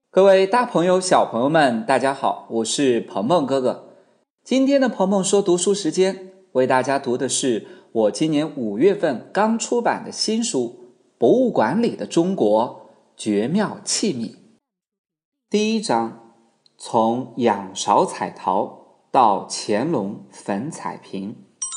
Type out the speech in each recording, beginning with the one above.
各位大朋友小朋友们大家好，我是鹏鹏哥哥。今天的鹏鹏说读书时间，为大家读的是我今年5月份刚出版的新书《博物馆里的中国：绝妙器皿》。第一章，从仰韶彩陶到乾隆粉彩瓶。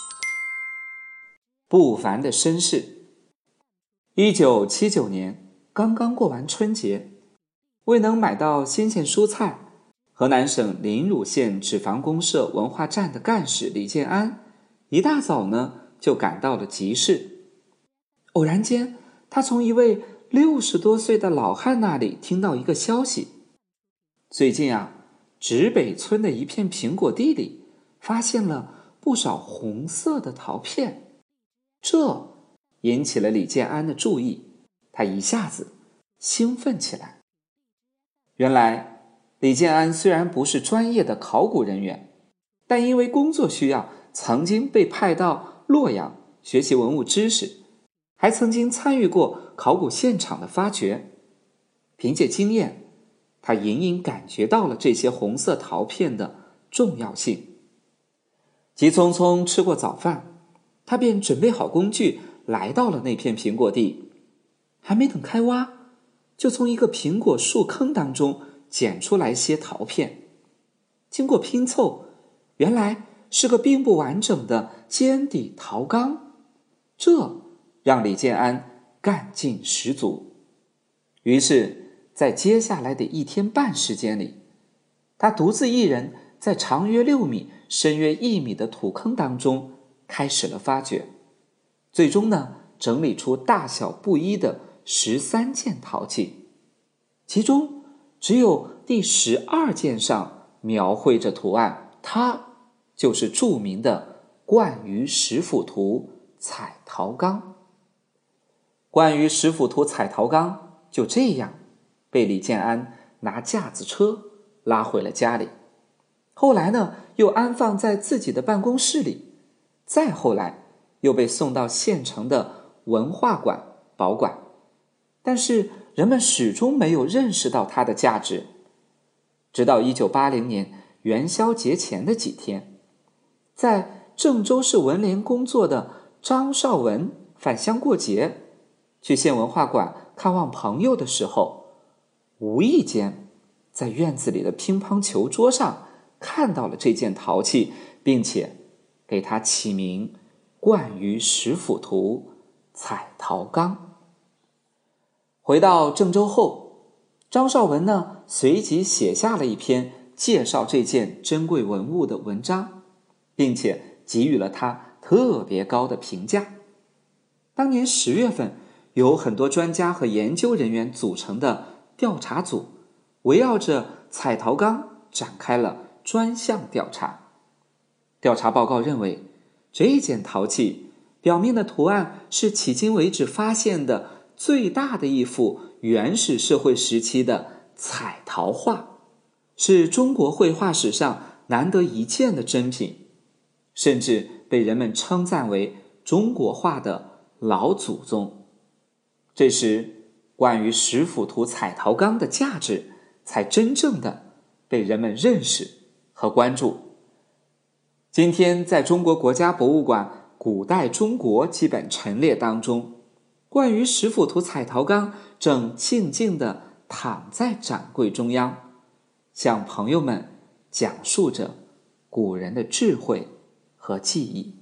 不凡的身世。1979年刚刚过完春节，未能买到新鲜蔬菜，河南省临汝县纸房公社文化站的干事李建安一大早呢就赶到了集市。偶然间，他从一位60多岁的老汉那里听到一个消息：最近直北村的一片苹果地里发现了不少红色的陶片。这引起了李建安的注意，他一下子兴奋起来。原来李建安虽然不是专业的考古人员，但因为工作需要，曾经被派到洛阳学习文物知识，还曾经参与过考古现场的发掘。凭借经验，他隐隐感觉到了这些红色陶片的重要性。急匆匆吃过早饭，他便准备好工具来到了那片苹果地。还没等开挖，就从一个苹果树坑当中捡出来些陶片。经过拼凑，原来是个并不完整的尖底陶缸，这让李建安干劲十足。于是在接下来的1天半时间里，他独自一人在长约6米深约1米的土坑当中开始了发掘，最终呢整理出大小不一的13件陶器，其中只有第12件上描绘着图案，它就是著名的冠于石斧图彩陶缸。冠于石斧图彩陶缸就这样被李建安拿架子车拉回了家里，后来呢又安放在自己的办公室里，再后来又被送到县城的文化馆保管。但是人们始终没有认识到它的价值，直到1980年元宵节前的几天，在郑州市文联工作的张绍文返乡过节，去县文化馆看望朋友的时候，无意间在院子里的乒乓球桌上看到了这件陶器，并且给它起名冠于石斧图彩陶缸。回到郑州后，张绍文呢随即写下了一篇介绍这件珍贵文物的文章，并且给予了它特别高的评价。当年10月份，由很多专家和研究人员组成的调查组围绕着彩陶缸展开了专项调查。调查报告认为，这件陶器表面的图案是迄今为止发现的最大的一幅原始社会时期的彩陶画，是中国绘画史上难得一见的珍品，甚至被人们称赞为中国画的老祖宗。这时，关于石斧图彩陶缸的价值才真正的被人们认识和关注。今天在中国国家博物馆古代中国基本陈列当中，冠于石斧图彩陶缸正静静地躺在展柜中央，向朋友们讲述着古人的智慧和技艺。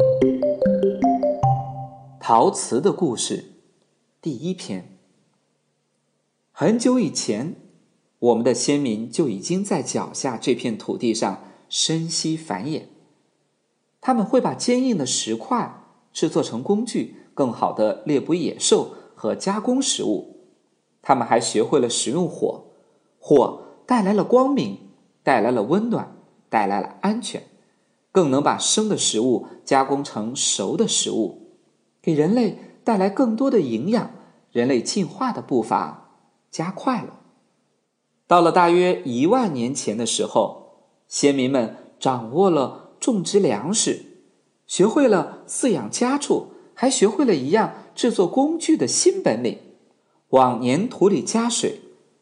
陶瓷的故事第1篇。很久以前，我们的先民就已经在脚下这片土地上生息繁衍。他们会把坚硬的石块制作成工具，更好地猎捕野兽和加工食物。他们还学会了使用火，火带来了光明，带来了温暖，带来了安全，更能把生的食物加工成熟的食物，给人类带来更多的营养，人类进化的步伐加快了。到了大约1万年前的时候，先民们掌握了种植粮食，学会了饲养家畜，还学会了一样制作工具的新本领。往粘土里加水，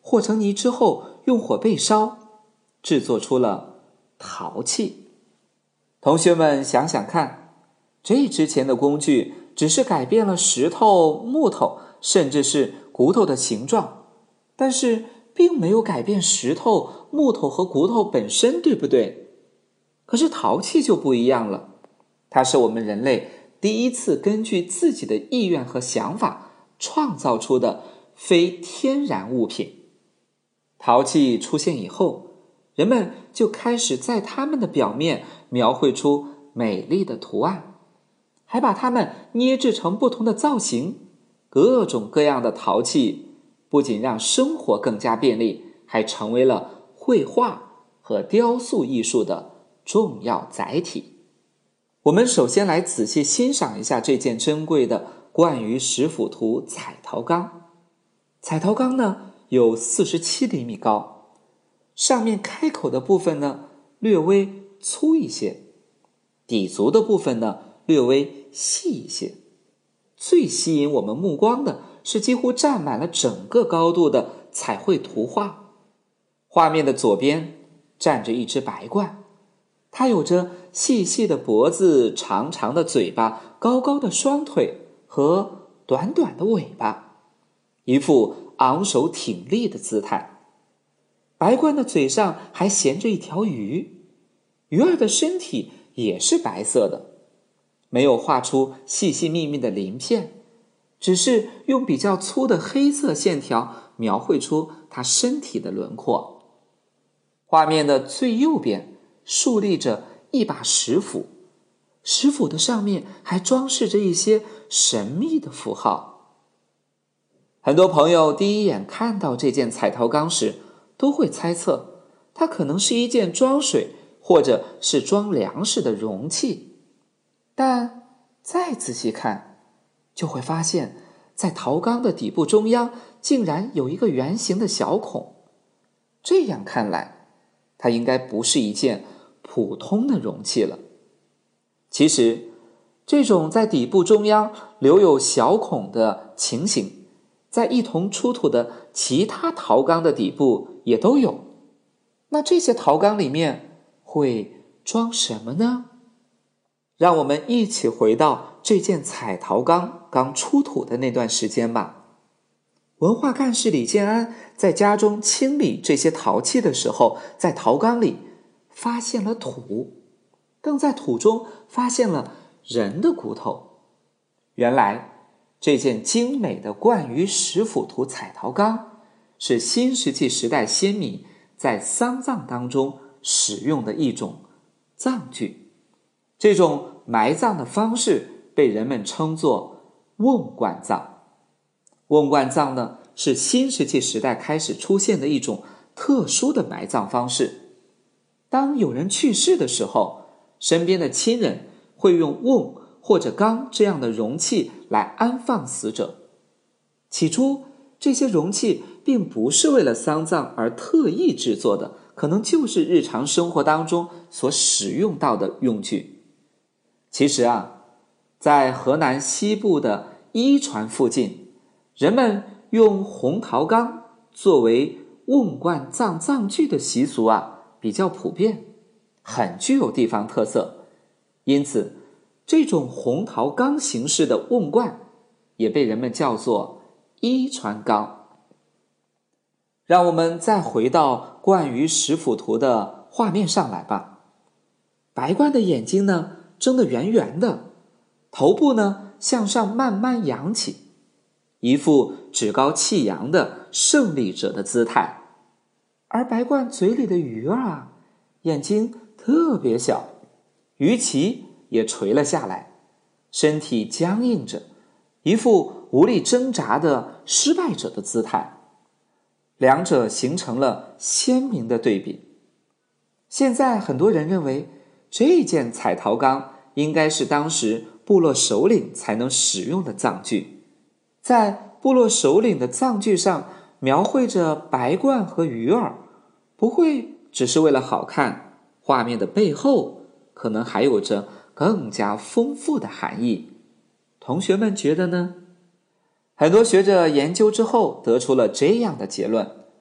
和成泥之后用火焙烧，制作出了陶器。同学们想想看，这之前的工具只是改变了石头、木头，甚至是骨头的形状，但是并没有改变石头、木头和骨头本身，对不对？可是陶器就不一样了，它是我们人类第一次根据自己的意愿和想法创造出的非天然物品。陶器出现以后，人们就开始在它们的表面描绘出美丽的图案，还把它们捏制成不同的造型。各种各样的陶器不仅让生活更加便利，还成为了绘画和雕塑艺术的重要载体。我们首先来仔细欣赏一下这件珍贵的冠于石斧图彩陶缸。彩陶缸呢有47厘米高，上面开口的部分呢略微粗一些，底足的部分呢略微细一些。最吸引我们目光的是几乎占满了整个高度的彩绘图画。画面的左边站着一只白鹳，它有着细细的脖子、长长的嘴巴、高高的双腿和短短的尾巴，一副昂首挺立的姿态。白鹳的嘴上还衔着一条鱼，鱼儿的身体也是白色的，没有画出细细密密的鳞片，只是用比较粗的黑色线条描绘出它身体的轮廓。画面的最右边竖立着一把石斧，石斧的上面还装饰着一些神秘的符号。很多朋友第一眼看到这件彩陶缸时，都会猜测它可能是一件装水或者是装粮食的容器，但再仔细看，就会发现在陶缸的底部中央竟然有一个圆形的小孔。这样看来，它应该不是一件普通的容器了。其实，这种在底部中央留有小孔的情形，在一同出土的其他陶缸的底部也都有。那这些陶缸里面会装什么呢？让我们一起回到这件彩陶缸刚出土的那段时间吧。文化干事李建安在家中清理这些陶器的时候，在陶缸里发现了土，更在土中发现了人的骨头。原来这件精美的冠于石斧图彩陶缸是新石器时代先民在丧葬当中使用的一种葬具。这种埋葬的方式被人们称作瓮棺葬。瓮棺葬呢，是新石器时代开始出现的一种特殊的埋葬方式。当有人去世的时候，身边的亲人会用瓮或者缸这样的容器来安放死者。起初，这些容器并不是为了丧葬而特意制作的，可能就是日常生活当中所使用到的用具。其实啊，在河南西部的伊川附近，人们用红陶缸作为瓮棺葬葬具的习俗比较普遍，很具有地方特色。因此，这种红陶缸形式的瓮棺也被人们叫做伊川缸。让我们再回到冠于石斧图的画面上来吧。白鹳的眼睛呢睁得圆圆的，头部呢向上慢慢扬起，一副趾高气扬的胜利者的姿态。而白鹳嘴里的鱼儿眼睛特别小，鱼鳍也垂了下来，身体僵硬着，一副无力挣扎的失败者的姿态。两者形成了鲜明的对比。现在很多人认为，这件彩陶缸应该是当时部落首领才能使用的葬具。在部落首领的葬具上描绘着白鹳和鱼儿，不会只是为了好看，画面的背后可能还有着更加丰富的含义。同学们觉得呢？很多学者研究之后得出了这样的结论：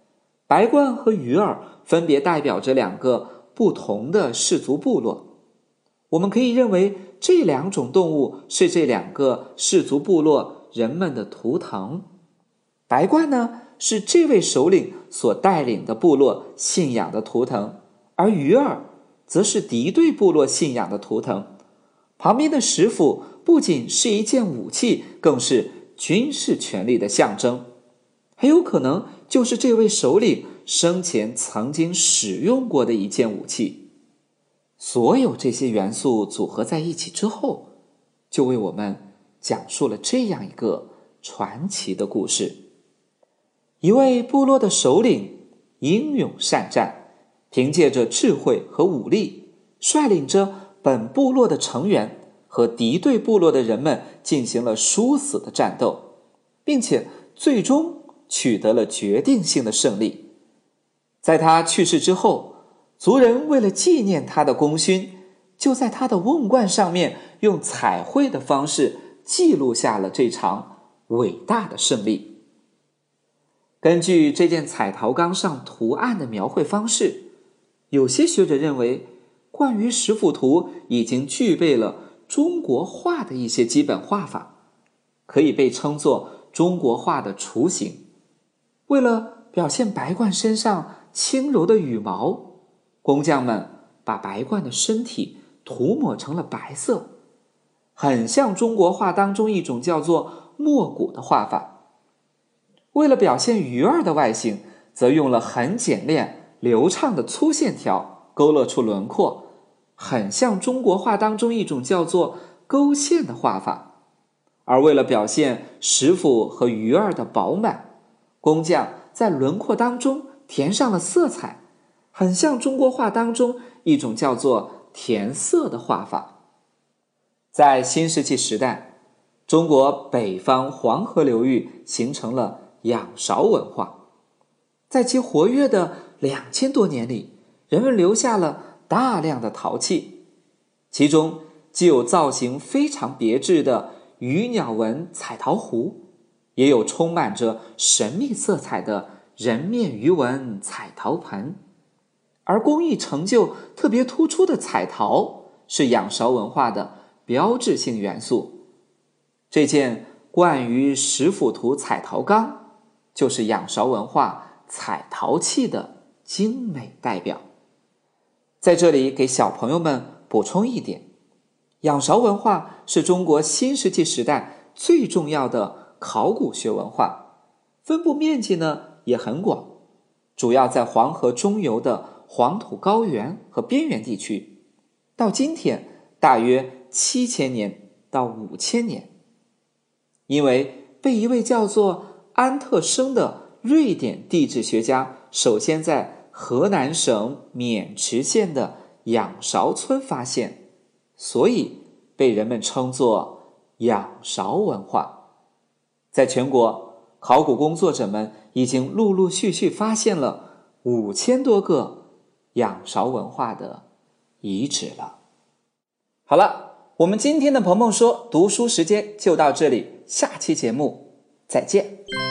白鹳和鱼儿分别代表着两个不同的氏族部落。我们可以认为这两种动物是这两个氏族部落人们的图腾。白鹳呢，是这位首领所带领的部落信仰的图腾，而鱼儿则是敌对部落信仰的图腾。旁边的石斧不仅是一件武器，更是军事权力的象征，很有可能就是这位首领生前曾经使用过的一件武器。所有这些元素组合在一起之后，就为我们讲述了这样一个传奇的故事。一位部落的首领英勇善战，凭借着智慧和武力，率领着本部落的成员和敌对部落的人们进行了殊死的战斗，并且最终取得了决定性的胜利。在他去世之后，族人为了纪念他的功勋，就在他的瓮罐上面用彩绘的方式记录下了这场伟大的胜利。根据这件彩陶缸上图案的描绘方式，有些学者认为关于石斧图已经具备了中国画的一些基本画法，可以被称作中国画的雏形。为了表现白鹳身上轻柔的羽毛，工匠们把白鹳的身体涂抹成了白色，很像中国画当中一种叫做墨骨的画法。为了表现鱼儿的外形，则用了很简练流畅的粗线条勾勒出轮廓，很像中国画当中一种叫做勾线的画法。而为了表现石斧和鱼儿的饱满，工匠在轮廓当中填上了色彩，很像中国画当中一种叫做填色的画法。在新石器时代，中国北方黄河流域形成了仰韶文化。在其活跃的2000多年里，人们留下了大量的陶器，其中既有造型非常别致的鱼鸟纹彩陶壶，也有充满着神秘色彩的人面鱼纹彩陶盆。而工艺成就特别突出的彩陶是仰韶文化的标志性元素。这件冠于石斧图彩陶缸就是仰韶文化彩陶器的精美代表。在这里给小朋友们补充一点，仰韶文化是中国新石器时代最重要的考古学文化，分布面积呢也很广，主要在黄河中游的黄土高原和边缘地区，到今天大约7000年到5000年。因为被一位叫做安特生的瑞典地质学家首先在河南省渑池县的仰韶村发现，所以被人们称作仰韶文化。在全国，考古工作者们已经陆陆续续发现了5000多个仰韶文化的遗址了。好了，我们今天的鹏鹏说读书时间就到这里，下期节目再见。